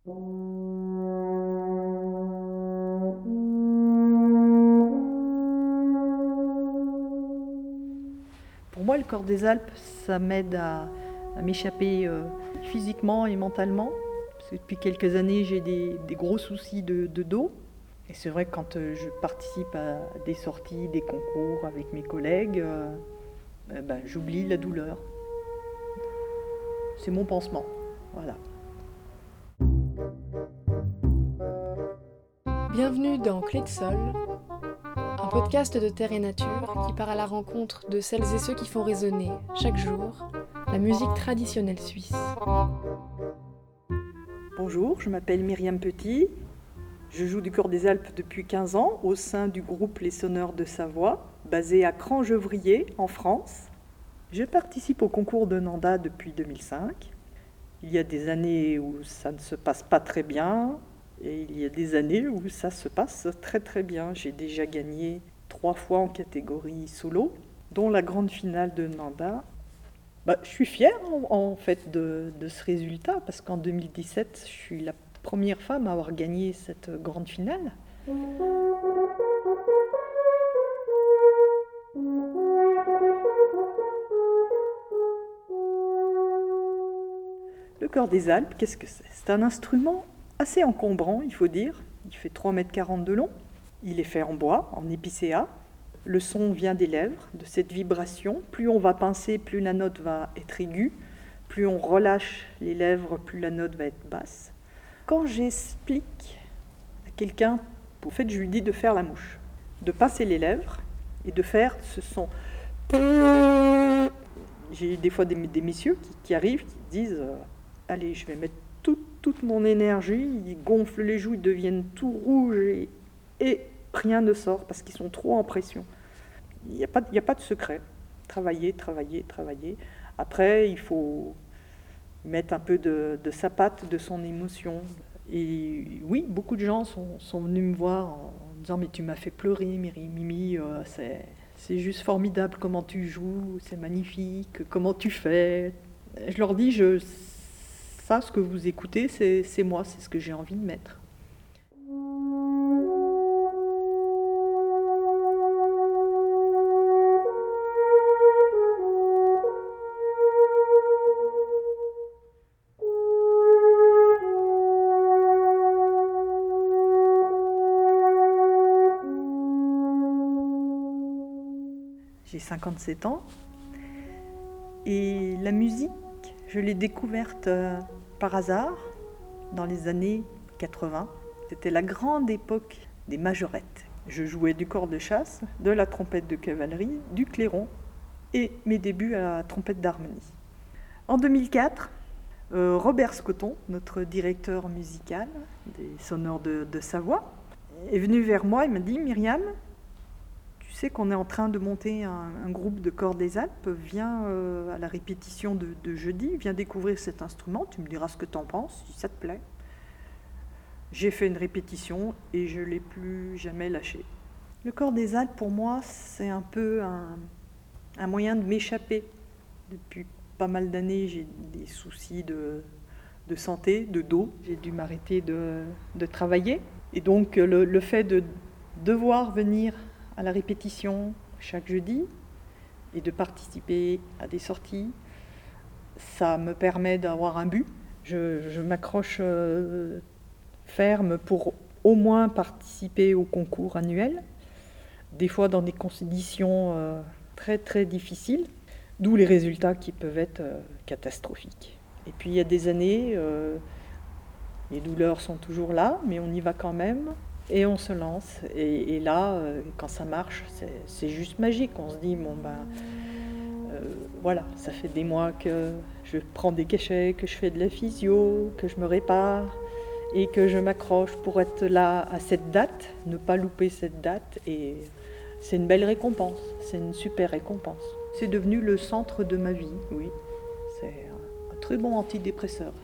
Pour moi, le Corps des Alpes, ça m'aide à m'échapper physiquement et mentalement. Parce que depuis quelques années, j'ai des gros soucis de dos. Et c'est vrai que quand je participe à des sorties, des concours avec mes collègues, j'oublie la douleur. C'est mon pansement. Voilà. Bienvenue dans Clé de Sol, un podcast de terre et nature qui part à la rencontre de celles et ceux qui font résonner, chaque jour, la musique traditionnelle suisse. Bonjour, je m'appelle Myriam Petit. Je joue du Corps des Alpes depuis 15 ans au sein du groupe Les Sonneurs de Savoie, basé à Crangevrier, en France. Je participe au concours de Nanda depuis 2005. Il y a des années où ça ne se passe pas très bien et il y a des années où ça se passe très très bien. J'ai déjà gagné 3 fois en catégorie solo, dont la grande finale de Nanda. Je suis fière en fait de ce résultat parce qu'en 2017, je suis la première femme à avoir gagné cette grande finale. Le Corps des Alpes, qu'est-ce que c'est ? C'est un instrument assez encombrant, il faut dire. Il fait 3,40 m de long. Il est fait en bois, en épicéa. Le son vient des lèvres, de cette vibration. Plus on va pincer, plus la note va être aiguë. Plus on relâche les lèvres, plus la note va être basse. Quand j'explique à quelqu'un, en fait, je lui dis de faire la mouche, de pincer les lèvres et de faire ce son. J'ai des fois des messieurs qui arrivent, qui disent allez, je vais mettre toute mon énergie, ils gonflent les joues, ils deviennent tout rouges et rien ne sort parce qu'ils sont trop en pression. Il n'y a pas de secret. Travailler. Après, il faut mettre un peu de sa patte, de son émotion. Et oui, beaucoup de gens sont venus me voir en disant « Mais tu m'as fait pleurer, Mimi, c'est juste formidable comment tu joues, c'est magnifique, comment tu fais. » Je leur dis ça, ce que vous écoutez, c'est moi, c'est ce que j'ai envie de mettre. J'ai 57 ans et la musique, je l'ai découverte par hasard dans les années 80. C'était la grande époque des majorettes. Je jouais du cor de chasse, de la trompette de cavalerie, du clairon et mes débuts à la trompette d'harmonie. En 2004, Robert Scoton, notre directeur musical des Sonneurs de Savoie, est venu vers moi et m'a dit « Myriam, tu sais qu'on est en train de monter un groupe de Corps des Alpes, viens à la répétition de jeudi, viens découvrir cet instrument, tu me diras ce que tu en penses, si ça te plaît. » J'ai fait une répétition et je ne l'ai plus jamais lâché. Le Corps des Alpes, pour moi, c'est un peu un moyen de m'échapper. Depuis pas mal d'années, j'ai des soucis de santé, de dos. J'ai dû m'arrêter de travailler. Et donc, le fait de devoir venir à la répétition chaque jeudi et de participer à des sorties, ça me permet d'avoir un but. Je m'accroche ferme pour au moins participer au concours annuel, des fois dans des conditions très très difficiles, d'où les résultats qui peuvent être catastrophiques. Et puis il y a des années, les douleurs sont toujours là, mais on y va quand même. Et on se lance, et là, quand ça marche, c'est juste magique. On se dit, voilà, ça fait des mois que je prends des cachets, que je fais de la physio, que je me répare, et que je m'accroche pour être là à cette date, ne pas louper cette date, et c'est une belle récompense, c'est une super récompense. C'est devenu le centre de ma vie, oui. C'est un très bon antidépresseur.